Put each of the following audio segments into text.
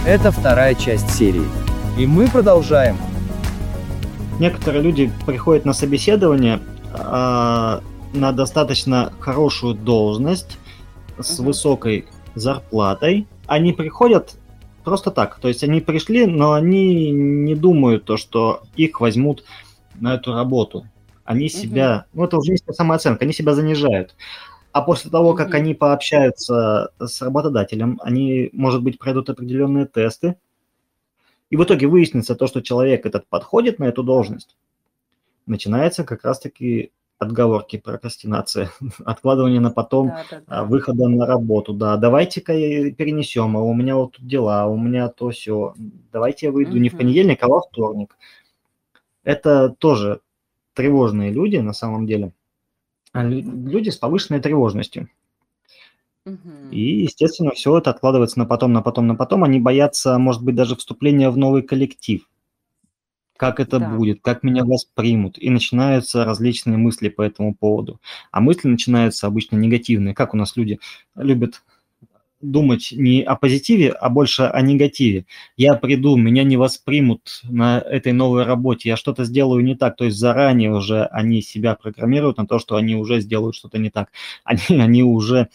Это вторая часть серии. И мы продолжаем. Некоторые люди приходят на собеседование на достаточно хорошую должность с высокой зарплатой. Они приходят просто так. То есть они пришли, но они не думают, то, что их возьмут на эту работу. Они себя... это уже низкая самооценка, они себя занижают. А после того, как они пообщаются с работодателем, они, может быть, пройдут определенные тесты, и в итоге выяснится то, что человек этот подходит на эту должность, начинается как раз-таки отговорки, прокрастинация, откладывание на потом выхода на работу. Да, давайте-ка перенесем, а у меня вот тут дела, а у меня то все. Давайте я выйду не в понедельник, а во вторник. Это тоже тревожные люди на самом деле. Люди с повышенной тревожностью. И, естественно, все это откладывается на потом. Они боятся, может быть, даже вступления в новый коллектив. Как это будет, как меня воспримут. И начинаются различные мысли по этому поводу. А мысли начинаются обычно негативные. Как у нас люди любят думать не о позитиве, а больше о негативе. Я приду, меня не воспримут на этой новой работе, я что-то сделаю не так. То есть заранее уже они себя программируют на то, что они уже сделают что-то не так. Они уже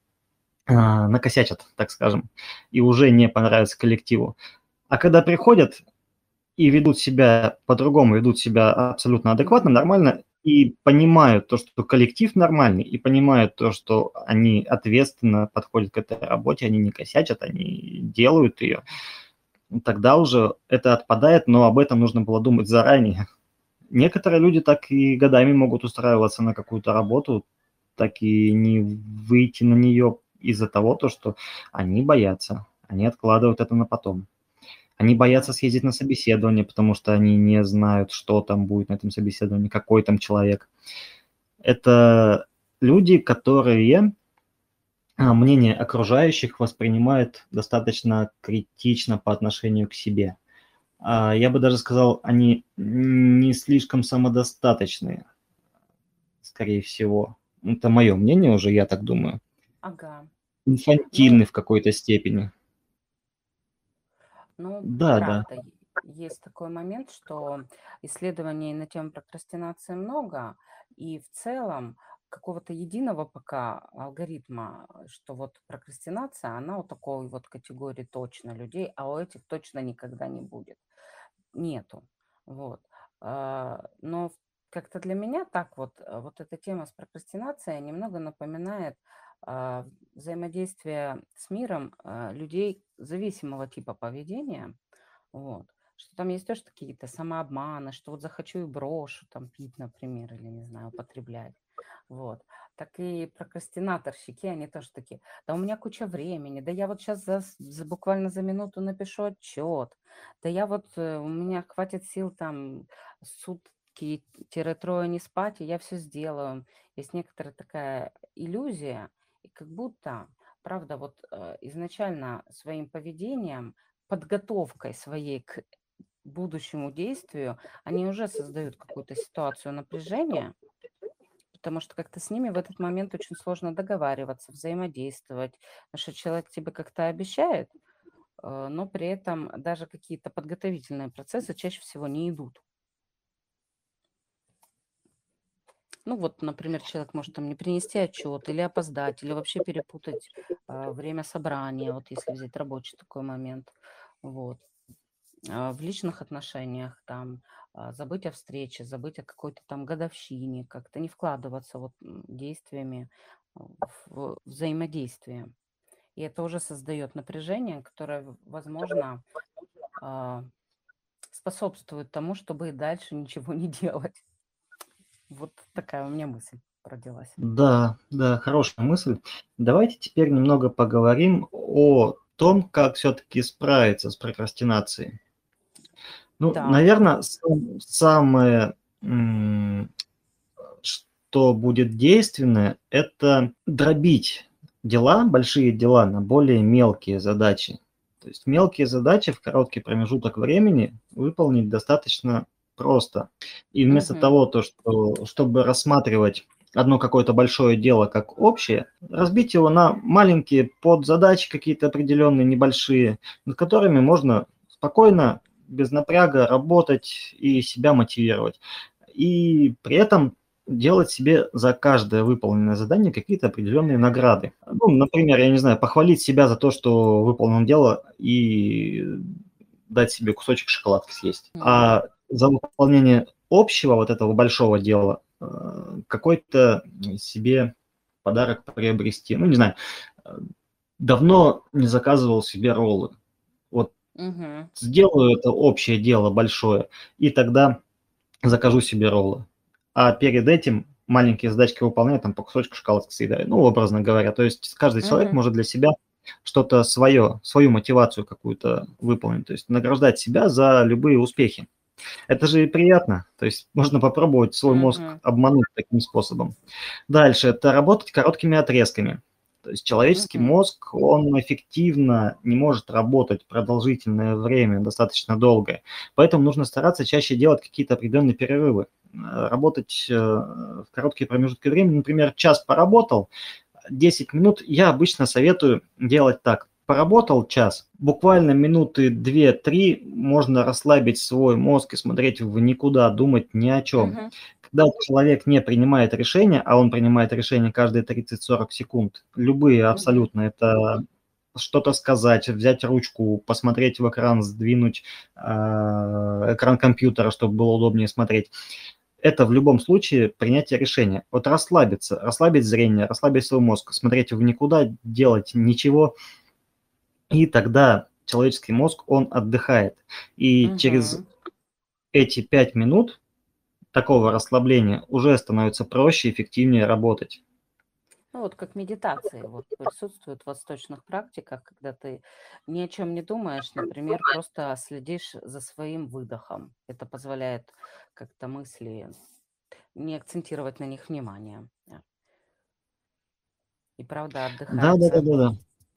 накосячат, так скажем, и уже не понравится коллективу. А когда приходят и ведут себя по-другому, ведут себя абсолютно адекватно, нормально, и понимают то, что коллектив нормальный, и понимают то, что они ответственно подходят к этой работе, они не косячат, они делают ее, тогда уже это отпадает, но об этом нужно было думать заранее. Некоторые люди так и годами могут устраиваться на какую-то работу, так и не выйти на нее из-за того, что они боятся, они откладывают это на потом. Они боятся съездить на собеседование, потому что они не знают, что там будет на этом собеседовании, какой там человек. Это люди, которые мнение окружающих воспринимают достаточно критично по отношению к себе. Я бы даже сказал, они не слишком самодостаточные, скорее всего. Это мое мнение уже, я так думаю. Инфантильны в какой-то степени. Правда, есть такой момент, что исследований на тему прокрастинации много, и в целом какого-то единого пока алгоритма, что вот прокрастинация, она у такой вот категории точно людей, а у этих точно никогда не будет. Нету. Вот. Но как-то для меня так вот эта тема с прокрастинацией немного напоминает взаимодействие с миром людей зависимого типа поведения. Вот. Что там есть тоже какие-то самообманы, что вот захочу и брошу там пить, например, или, не знаю, употреблять. Вот. Так и прокрастинаторщики, они тоже такие, да у меня куча времени, да я вот сейчас буквально за минуту напишу отчет, да я вот, у меня хватит сил там сутки-трое не спать, и я все сделаю. Есть некоторая такая иллюзия, и как будто, правда, вот изначально своим поведением, подготовкой своей к будущему действию, они уже создают какую-то ситуацию напряжения, потому что как-то с ними в этот момент очень сложно договариваться, взаимодействовать, потому что человек тебе как-то обещает, но при этом даже какие-то подготовительные процессы чаще всего не идут. Ну вот, например, человек может там не принести отчет или опоздать, или вообще перепутать время собрания, вот если взять рабочий такой момент. Вот. В личных отношениях там забыть о встрече, забыть о какой-то там годовщине, как-то не вкладываться вот действиями в взаимодействие. И это уже создает напряжение, которое, возможно, способствует тому, чтобы и дальше ничего не делать. Вот такая у меня мысль родилась. Да, хорошая мысль. Давайте теперь немного поговорим о том, как все-таки справиться с прокрастинацией. Наверное, самое, что будет действенное, это дробить дела, большие дела на более мелкие задачи. То есть мелкие задачи в короткий промежуток времени выполнить достаточно просто. И вместо того, чтобы рассматривать одно какое-то большое дело как общее, разбить его на маленькие подзадачи какие-то определенные, небольшие, над которыми можно спокойно, без напряга работать и себя мотивировать. И при этом делать себе за каждое выполненное задание какие-то определенные награды. Ну, например, я не знаю, похвалить себя за то, что выполнил дело, и дать себе кусочек шоколадки съесть. А за выполнение общего вот этого большого дела какой-то себе подарок приобрести. Ну, не знаю, давно не заказывал себе роллы. Вот сделаю это общее дело большое, и тогда закажу себе роллы. А перед этим маленькие задачки выполняю, там по кусочку шоколадки съедаю. Ну, образно говоря. То есть каждый человек может для себя что-то свое, свою мотивацию какую-то выполнить. То есть награждать себя за любые успехи. Это же и приятно. То есть можно попробовать свой мозг обмануть таким способом. Дальше это работать короткими отрезками. То есть человеческий мозг, он эффективно не может работать продолжительное время, достаточно долгое. Поэтому нужно стараться чаще делать какие-то определенные перерывы. Работать в короткие промежутки времени. Например, час поработал, 10 минут. Я обычно советую делать так. Поработал час, буквально минуты 2-3 можно расслабить свой мозг и смотреть в никуда, думать ни о чем. Когда человек не принимает решения, а он принимает решения каждые 30-40 секунд, любые абсолютно, это что-то сказать, взять ручку, посмотреть в экран, сдвинуть экран компьютера, чтобы было удобнее смотреть. Это в любом случае принятие решения. Вот расслабиться, расслабить зрение, расслабить свой мозг, смотреть в никуда, делать ничего. И тогда человеческий мозг, он отдыхает. И через эти 5 минут такого расслабления уже становится проще, эффективнее работать. Ну, вот как медитации вот присутствуют в восточных практиках, когда ты ни о чем не думаешь, например, просто следишь за своим выдохом. Это позволяет как-то мысли не акцентировать на них внимание. И правда отдыхается. Да.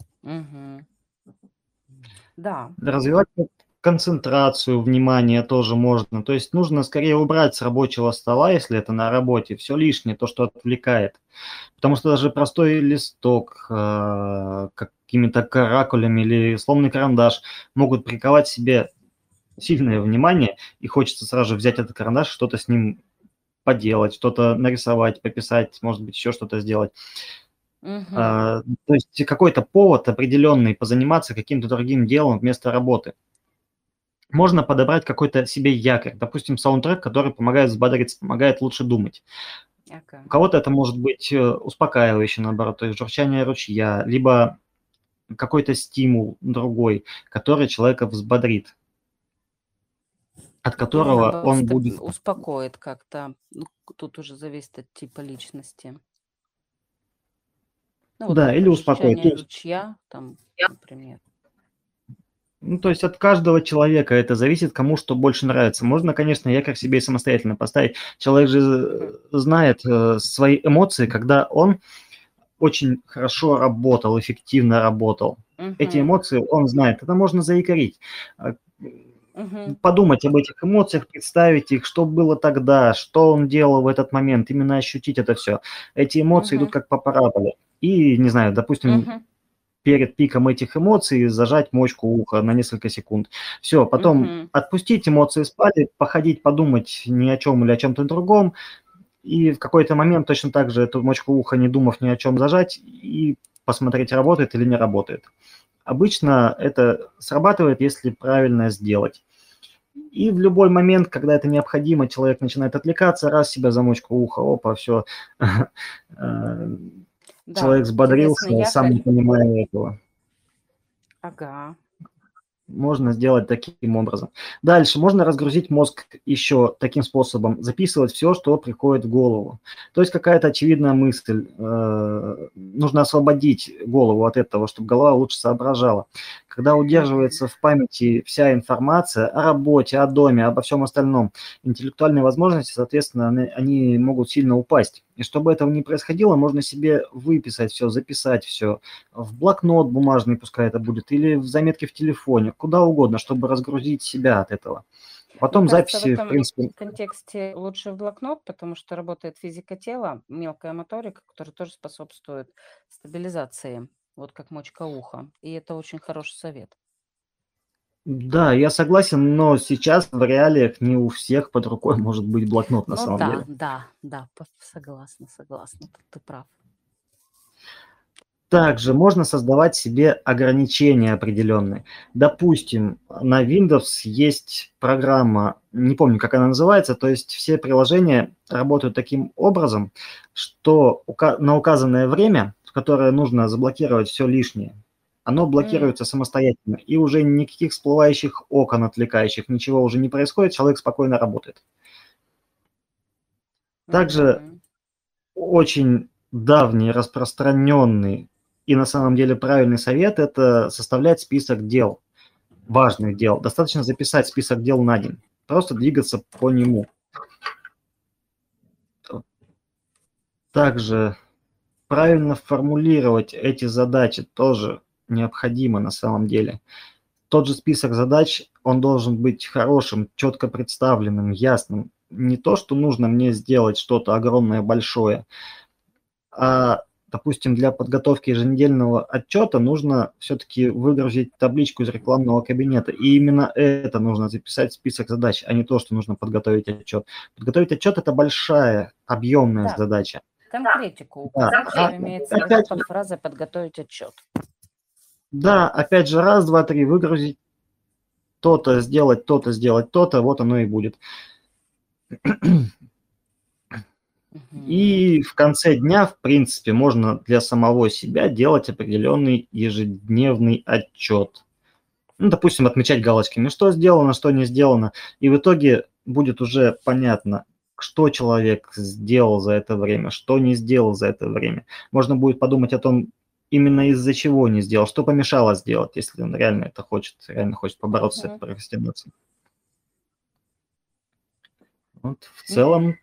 Да. Развивать концентрацию, внимание тоже можно. То есть нужно скорее убрать с рабочего стола, если это на работе, все лишнее, то, что отвлекает. Потому что даже простой листок, какими-то каракулями или сломанный карандаш могут приковать себе сильное внимание, и хочется сразу же взять этот карандаш, что-то с ним поделать, что-то нарисовать, пописать, может быть, еще что-то сделать. То есть какой-то повод определенный позаниматься каким-то другим делом вместо работы. Можно подобрать какой-то себе якорь, допустим, саундтрек, который помогает взбодриться, помогает лучше думать. У кого-то это может быть успокаивающе, наоборот, то есть журчание ручья, либо какой-то стимул другой, который человека взбодрит, от которого он будет... Успокоит как-то. Ну, тут уже зависит от типа личности. Ну, вот да, или успокоить. Ручья, там, например. Ну, то есть от каждого человека это зависит, кому что больше нравится. Можно, конечно, якорь себе и самостоятельно поставить. Человек же знает свои эмоции, когда он очень хорошо работал, эффективно работал. Эти эмоции он знает. Это можно заикарить. Подумать об этих эмоциях, представить их, что было тогда, что он делал в этот момент, именно ощутить это все. Эти эмоции идут как по параболе. И, не знаю, допустим, перед пиком этих эмоций зажать мочку уха на несколько секунд. Все, потом отпустить эмоции спали, походить, подумать ни о чем или о чем-то другом, и в какой-то момент точно так же эту мочку уха, не думав ни о чем, зажать и посмотреть, работает или не работает. Обычно это срабатывает, если правильно сделать. И в любой момент, когда это необходимо, человек начинает отвлекаться, раз себя за мочку уха, опа, все. Человек взбодрился, сам не понимая этого. Ага. Можно сделать таким образом. Дальше можно разгрузить мозг еще таким способом. Записывать все, что приходит в голову. То есть какая-то очевидная мысль. Нужно освободить голову от этого, чтобы голова лучше соображала. Когда удерживается в памяти вся информация о работе, о доме, обо всем остальном, интеллектуальные возможности, соответственно, они могут сильно упасть. И чтобы этого не происходило, можно себе выписать все, записать все в блокнот бумажный, пускай это будет, или в заметке в телефоне, куда угодно, чтобы разгрузить себя от этого. Мне Потом кажется, в записи, в этом принципе, контексте лучше в блокнот, потому что работает физика тела, мелкая моторика, которая тоже способствует стабилизации, вот как мочка уха. И это очень хороший совет. да, я согласен, но сейчас в реалиях не у всех под рукой может быть блокнот на Ну самом да, деле. да, да, согласна, согласна, тут ты прав. Также можно создавать себе ограничения определенные. Допустим, на Windows есть программа, не помню, как она называется, то есть все приложения работают таким образом, что на указанное время, в которое нужно заблокировать все лишнее, оно блокируется самостоятельно, и уже никаких всплывающих окон отвлекающих, ничего уже не происходит, человек спокойно работает. Также Мгм. очень давний, распространенный и на самом деле правильный совет – это составлять список дел, важных дел. Достаточно записать список дел на день, просто двигаться по нему. Также правильно формулировать эти задачи тоже необходимо на самом деле. Тот же список задач, он должен быть хорошим, четко представленным, ясным. Не то, что нужно мне сделать что-то огромное, большое, а, допустим, для подготовки еженедельного отчета нужно все-таки выгрузить табличку из рекламного кабинета. И именно это нужно записать в список задач, а не то, что нужно подготовить отчет. Подготовить отчет – это большая, объемная Да, задача. конкретику Да, указать, что имеется в виду опять, под фразой «подготовить отчет». да, опять же, раз, два, три, выгрузить то-то, сделать то-то, сделать то-то, вот оно и будет. Мгм. И в конце дня, в принципе, можно для самого себя делать определенный ежедневный отчет. Ну, допустим, отмечать галочками, что сделано, что не сделано. И в итоге будет уже понятно, что человек сделал за это время, что не сделал за это время. Можно будет подумать о том, именно из-за чего не сделал, что помешало сделать, если он реально это хочет, реально хочет побороться с этой Мгм. прокрастинацией. Вот, в Ну, целом,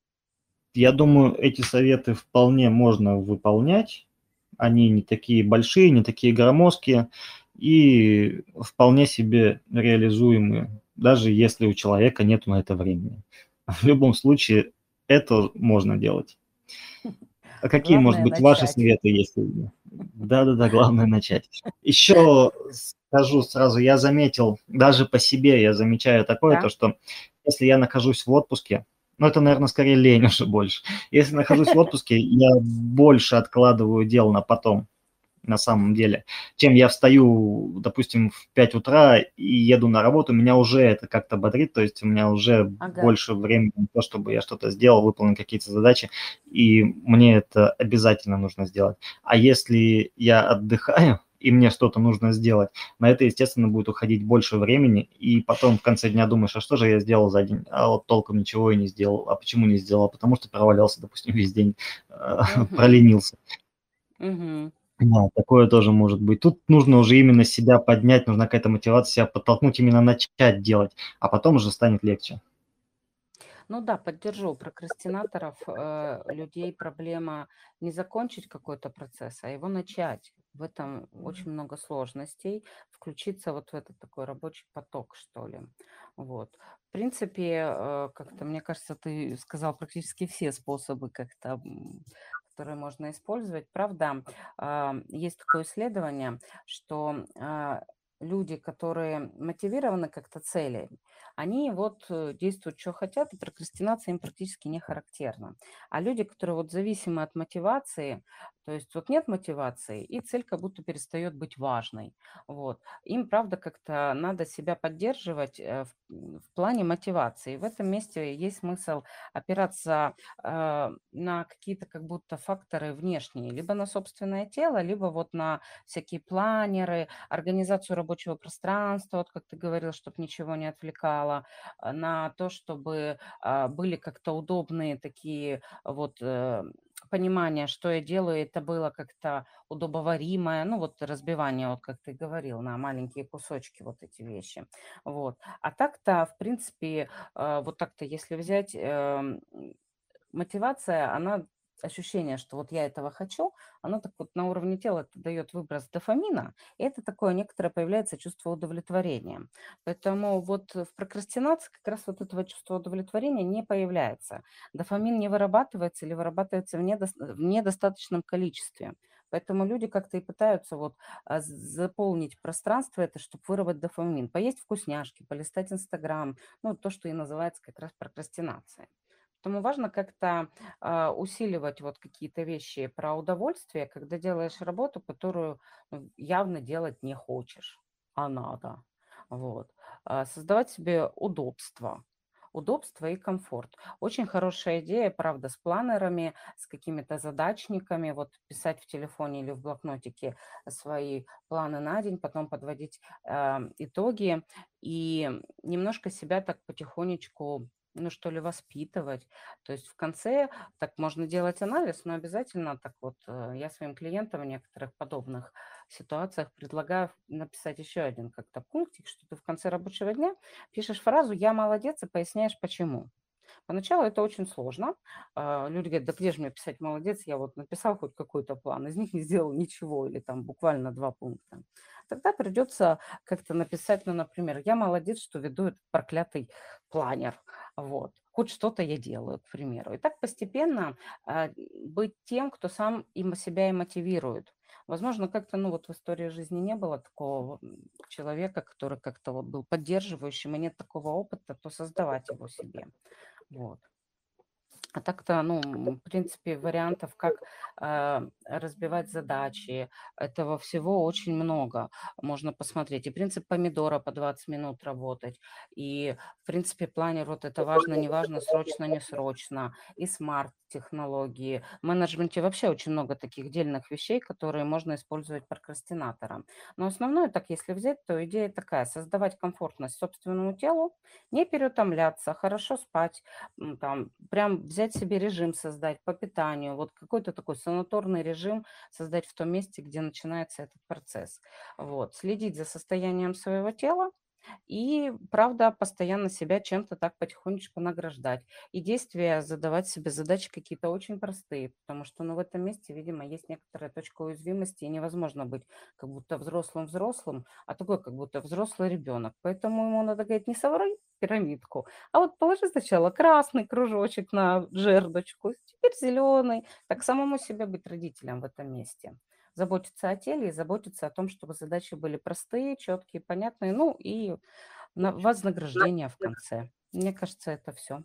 я думаю, эти советы вполне можно выполнять. Они не такие большие, не такие громоздкие и вполне себе реализуемые, даже если у человека нет на это времени. В любом случае, это можно делать. А какие, может главное быть, ваши начать. советы, если... Да-да-да, главное начать. Еще скажу сразу, я заметил, даже по себе я замечаю такое, то Да? что если я нахожусь в отпуске, ну это, наверное, скорее лень уже больше. Если нахожусь в отпуске, я больше откладываю дел на потом на самом деле, чем я встаю, допустим, в 5 утра и еду на работу, меня уже это как-то бодрит, то есть у меня уже Ага. больше времени на то, чтобы я что-то сделал, выполнил какие-то задачи, и мне это обязательно нужно сделать. А если я отдыхаю, и мне что-то нужно сделать, на это, естественно, будет уходить больше времени, и потом в конце дня думаешь, а что же я сделал за день? А вот толком ничего и не сделал. А почему не сделал? Потому что провалялся, допустим, весь день, Мгм. проленился. Мгм. Да, такое тоже может быть. Тут нужно уже именно себя поднять, нужна какая-то мотивация, себя подтолкнуть, именно начать делать, а потом уже станет легче. Ну да, поддержу. У прокрастинаторов, людей проблема не закончить какой-то процесс, а его начать. В этом очень много сложностей. Включиться вот в этот такой рабочий поток, что ли. Вот. В принципе, как-то, мне кажется, ты сказал практически все способы как-то, которые можно использовать. Правда, есть такое исследование, что люди, которые мотивированы как-то целями, они вот действуют, что хотят, и прокрастинация им практически не характерна. А люди, которые вот зависимы от мотивации, то есть вот нет мотивации, и цель как будто перестает быть важной. Вот. Им, правда, как-то надо себя поддерживать в плане мотивации. В этом месте есть смысл опираться на какие-то как будто факторы внешние, либо на собственное тело, либо вот на всякие планеры, организацию рабочего пространства, вот как ты говорил, чтобы ничего не отвлекало, на то, чтобы были как-то удобные такие вот понимания, что я делаю, это было как-то удобоваримое, ну вот разбивание, вот как ты говорил, на маленькие кусочки вот эти вещи. Вот. А так-то, в принципе, вот так-то, если взять, мотивация, она ощущение, что вот я этого хочу, оно так вот на уровне тела дает выброс дофамина, и это такое некоторое появляется чувство удовлетворения. Поэтому вот в прокрастинации как раз вот этого чувства удовлетворения не появляется. Дофамин не вырабатывается или вырабатывается в недостаточном количестве. Поэтому люди как-то и пытаются вот заполнить пространство это, чтобы выработать дофамин. Поесть вкусняшки, полистать Инстаграм, ну, то, что и называется как раз прокрастинацией. Поэтому важно как-то усиливать вот какие-то вещи про удовольствие, когда делаешь работу, которую явно делать не хочешь, а надо. Вот. Создавать себе удобство. Удобство и комфорт. Очень хорошая идея, правда, с планерами, с какими-то задачниками, вот писать в телефоне или в блокнотике свои планы на день, потом подводить итоги и немножко себя так потихонечку, ну что ли, воспитывать. То есть в конце так можно делать анализ, но обязательно так вот я своим клиентам в некоторых подобных ситуациях предлагаю написать еще один как-то пунктик, что ты в конце рабочего дня пишешь фразу «я молодец» и поясняешь почему. Поначалу это очень сложно. Люди говорят, да где же мне писать молодец, я вот написал хоть какой-то план, из них не сделал ничего или там буквально 2 пункта. Тогда придется как-то написать, ну, например, я молодец, что веду этот проклятый планер. Вот. Хоть что-то я делаю, к примеру. И так постепенно быть тем, кто сам себя и мотивирует. Возможно, как-то, ну, вот в истории жизни не было такого человека, который как-то вот был поддерживающим, и нет такого опыта, то создавать его себе. Вот. А так-то, ну, в принципе, вариантов, как разбивать задачи, этого всего очень много. Можно посмотреть. И принцип помидора по 20 минут работать. И, в принципе, планер, вот это важно, не важно, срочно, не срочно. И смарт-технологии. В менеджменте вообще очень много таких дельных вещей, которые можно использовать прокрастинатором. Но основное, так если взять, то идея такая. Создавать комфортность собственному телу, не переутомляться, хорошо спать, там прям взять себе режим создать по питанию, вот какой-то такой санаторный режим создать в том месте, где начинается этот процесс. Вот. Следить за состоянием своего тела и, правда, постоянно себя чем-то так потихонечку награждать. И действия задавать себе задачи какие-то очень простые, потому что, ну, в этом месте, видимо, есть некоторая точка уязвимости, и невозможно быть как будто взрослым-взрослым, а такой как будто взрослый ребенок. Поэтому ему надо говорить, не соврай пирамидку, а вот положи сначала красный кружочек на жердочку, теперь зеленый. Так самому себе быть родителем в этом месте. Заботиться о теле и заботиться о том, чтобы задачи были простые, четкие, понятные, ну и вознаграждение в конце. Мне кажется, это все.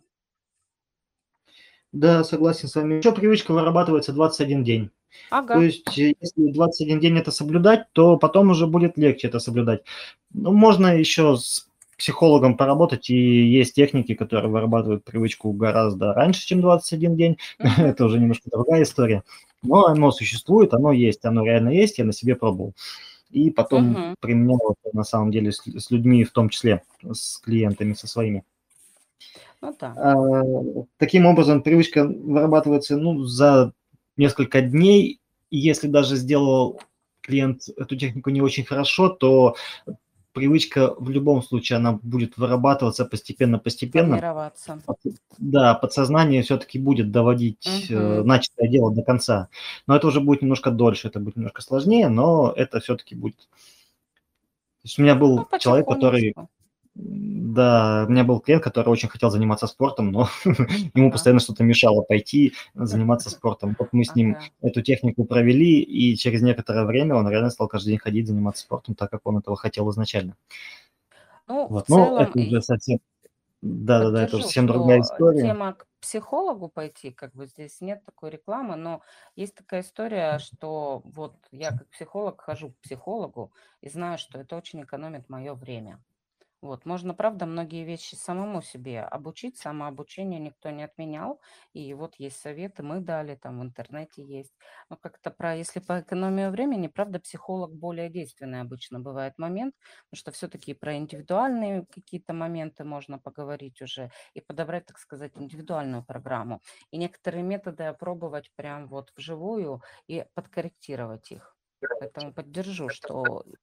Да, согласен с вами. Еще привычка вырабатывается 21 день. То Ага. есть, если 21 день это соблюдать, то потом уже будет легче это соблюдать. Ну, можно еще с психологом поработать, и есть техники, которые вырабатывают привычку гораздо раньше, чем 21 день. Мгм. Это уже немножко другая история. Но оно существует, оно есть, оно реально есть, я на себе пробовал. И потом Мгм. применял это на самом деле с людьми, в том числе с клиентами, со своими. Ну да. А, Таким образом, привычка вырабатывается, ну, за несколько дней. И если даже сделал клиент эту технику не очень хорошо, то привычка в любом случае, она будет вырабатываться постепенно-постепенно. Формироваться. Да, подсознание все-таки будет доводить Мгм. начатое дело до конца. Но это уже будет немножко дольше, это будет немножко сложнее, но это все-таки будет. То есть у меня Ну, был человек, который потихонечку. да, у меня был клиент, который очень хотел заниматься спортом, но ему Ага. постоянно что-то мешало пойти заниматься спортом. Вот мы с ним Ага. эту технику провели, и через некоторое время он реально стал каждый день ходить, заниматься спортом, так как он этого хотел изначально. Ну, в Вот, но целом, это уже совсем, да-да-да, это уже поддержу, совсем другая что история. тема к психологу пойти, как бы здесь нет такой рекламы, но есть такая история, что вот я как психолог хожу к психологу и знаю, что это очень экономит мое время. Вот, можно, правда, многие вещи самому себе обучить, самообучение никто не отменял, и вот есть советы, мы дали, там в интернете есть. Но как-то про, если по экономии времени, правда, психолог более действенный обычно бывает момент, потому что все-таки про индивидуальные какие-то моменты можно поговорить уже и подобрать, так сказать, индивидуальную программу. И некоторые методы опробовать прям вот вживую и подкорректировать их. Поэтому поддержу, что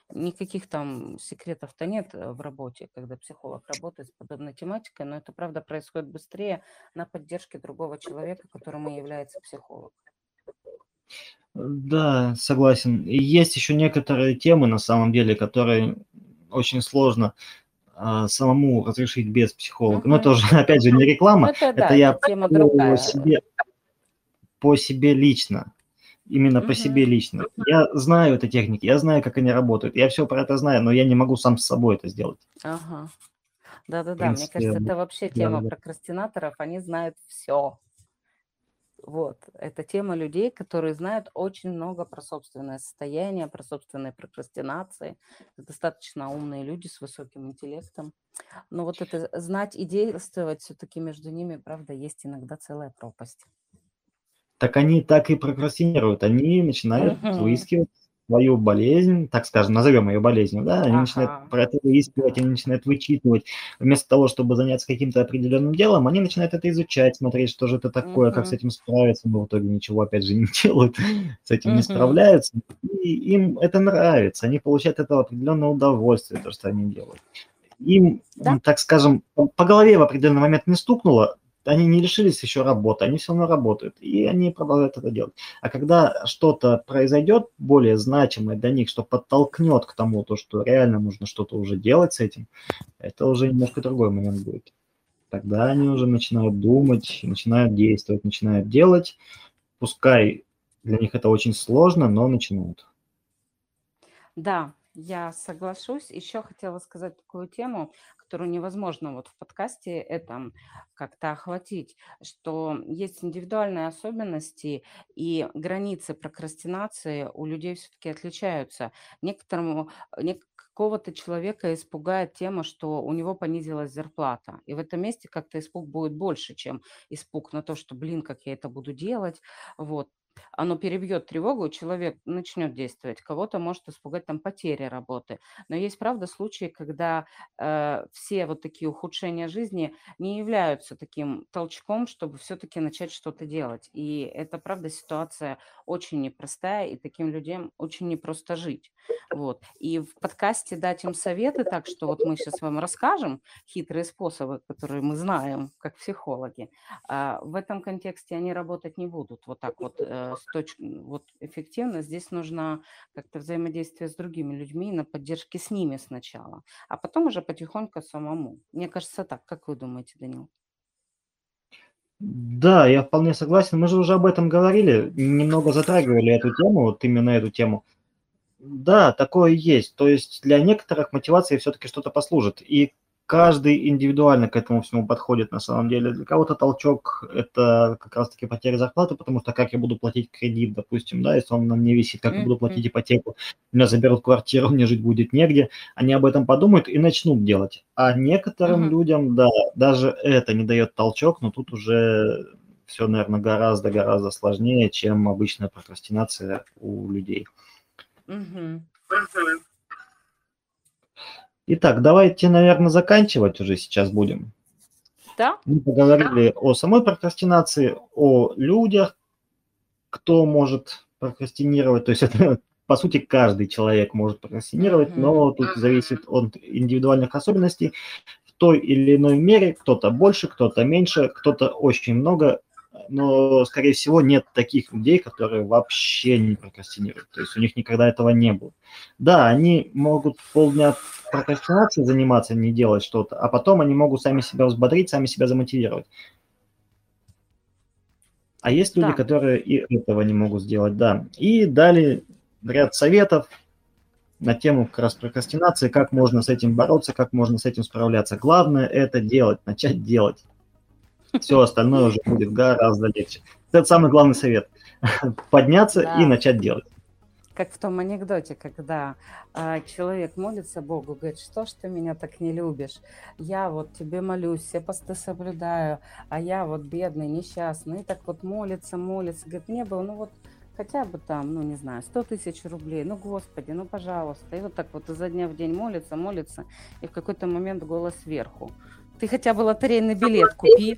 Никаких там секретов-то нет в работе, когда психолог работает с подобной тематикой, но это, правда, происходит быстрее на поддержке другого человека, которым и является психолог. Да, согласен. И есть еще некоторые темы, на самом деле, которые очень сложно самому разрешить без психолога. Но это уже, опять же, не Ну, реклама, это это да, я это тема по другая. себе лично. Именно по себе лично. Я знаю эти техники, я знаю, как они работают. Я все про это знаю, но я не могу сам с собой это сделать. Ага. В Да-да-да, мне принципе, кажется, это вообще да, тема да. прокрастинаторов, они знают все. Вот, это тема людей, которые знают очень много про собственное состояние, про собственные прокрастинации. Это достаточно умные люди с высоким интеллектом. Но вот это знать и действовать, все-таки между ними, правда, есть иногда целая пропасть. Так они так и прокрастинируют. Они начинают выискивать свою болезнь, так скажем, назовем ее болезнью, да, они начинают Ага. про это выискивать, они начинают вычитывать. Вместо того, чтобы заняться каким-то определенным делом, они начинают это изучать, смотреть, что же это такое, как с этим справиться, но в итоге ничего опять же не делают, с этим не справляются, и им это нравится, они получают от этого определенное удовольствие, то, что они делают. Им, Да. так скажем, по голове в определенный момент не стукнуло, они не лишились еще работы, они все равно работают, и они продолжают это делать. А когда что-то произойдет более значимое для них, что подтолкнет к тому, то, что реально нужно что-то уже делать с этим, это уже немножко другой момент будет. Тогда они уже начинают думать, начинают действовать, начинают делать. Пускай для них это очень сложно, но начинают. Да, я соглашусь. Еще хотела сказать такую тему, которую невозможно вот в подкасте этом как-то охватить, что есть индивидуальные особенности и границы прокрастинации у людей все-таки отличаются. Какого-то человека испугает тема, что у него понизилась зарплата. И в этом месте как-то испуг будет больше, чем испуг на то, что, блин, как я это буду делать. Вот. Оно перебьет тревогу, и человек начнет действовать. Кого-то может испугать там потеря работы. Но есть, правда, случаи, когда все вот такие ухудшения жизни не являются таким толчком, чтобы все-таки начать что-то делать. И это, правда, ситуация очень непростая, и таким людям очень непросто жить. Вот. И в подкасте дать им советы, так что вот мы сейчас вам расскажем хитрые способы, которые мы знаем как психологи, в этом контексте они работать не будут вот так вот, вот эффективно. Здесь нужно как-то взаимодействие с другими людьми, на поддержке с ними сначала, а потом уже потихоньку самому. Мне кажется так. Как вы думаете, Данил? Да, я вполне согласен. Мы же уже об этом говорили, немного затрагивали эту тему, вот именно эту тему. Да, такое есть. То есть для некоторых мотивация все-таки что-то послужит. И каждый индивидуально к этому всему подходит на самом деле. Для кого-то толчок – это как раз-таки потеря зарплаты, потому что как я буду платить кредит, допустим, да, если он на мне висит, как я буду платить ипотеку, меня заберут квартиру, мне жить будет негде. Они об этом подумают и начнут делать. А некоторым людям, да, даже это не дает толчок, но тут уже все, наверное, гораздо-гораздо сложнее, чем обычная прокрастинация у людей. Итак, давайте, наверное, заканчивать уже сейчас будем. Да. Мы поговорили о самой прокрастинации, о людях, кто может прокрастинировать. То есть это, по сути, каждый человек может прокрастинировать, но тут зависит от индивидуальных особенностей. В той или иной мере кто-то больше, кто-то меньше, кто-то очень много. Но, скорее всего, нет таких людей, которые вообще не прокрастинируют. То есть у них никогда этого не было. Да, они могут полдня прокрастинацией заниматься, не делать что-то, а потом они могут сами себя взбодрить, сами себя замотивировать. А есть люди, которые и этого не могут сделать, да. И дали ряд советов на тему как раз прокрастинации, как можно с этим бороться, как можно с этим справляться. Главное это делать, начать делать. Все остальное уже будет гораздо легче. Это самый главный совет. Подняться и начать делать. Как в том анекдоте, когда человек молится Богу, говорит, что ж ты меня так не любишь? Я вот тебе молюсь, все посты соблюдаю, а я вот бедный, несчастный. И так вот молится. Говорит, мне бы, ну вот хотя бы там, ну не знаю, 100 тысяч рублей. Ну, Господи, ну пожалуйста. И вот так вот изо дня в день молится. И в какой-то момент голос сверху. Ты хотя бы лотерейный билет купи.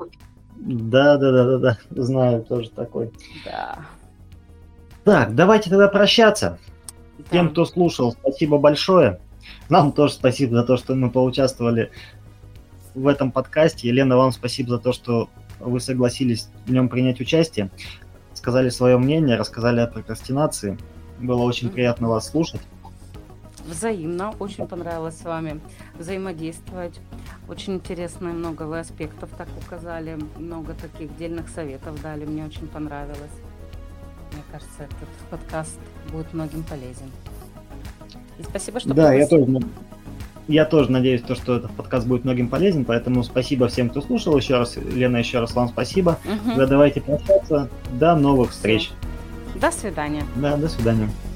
Да, знаю тоже такой. Да. Так, давайте тогда прощаться. Тем, Да. кто слушал, спасибо большое. Нам тоже спасибо за то, что мы поучаствовали в этом подкасте. Елена, вам спасибо за то, что вы согласились в нем принять участие, сказали свое мнение, рассказали о прокрастинации. Было очень приятно вас слушать. Взаимно. Очень понравилось с вами взаимодействовать. Очень интересно, и много вы аспектов так указали, много таких дельных советов дали. Мне очень понравилось. Мне кажется, этот подкаст будет многим полезен. И спасибо, что Да, пригласили. я тоже надеюсь, что этот подкаст будет многим полезен, поэтому спасибо всем, кто слушал. Еще раз, Лена, еще раз вам спасибо. Мгм. Тогда давайте прощаться. До новых Всё. встреч. До свидания. Да, до свидания.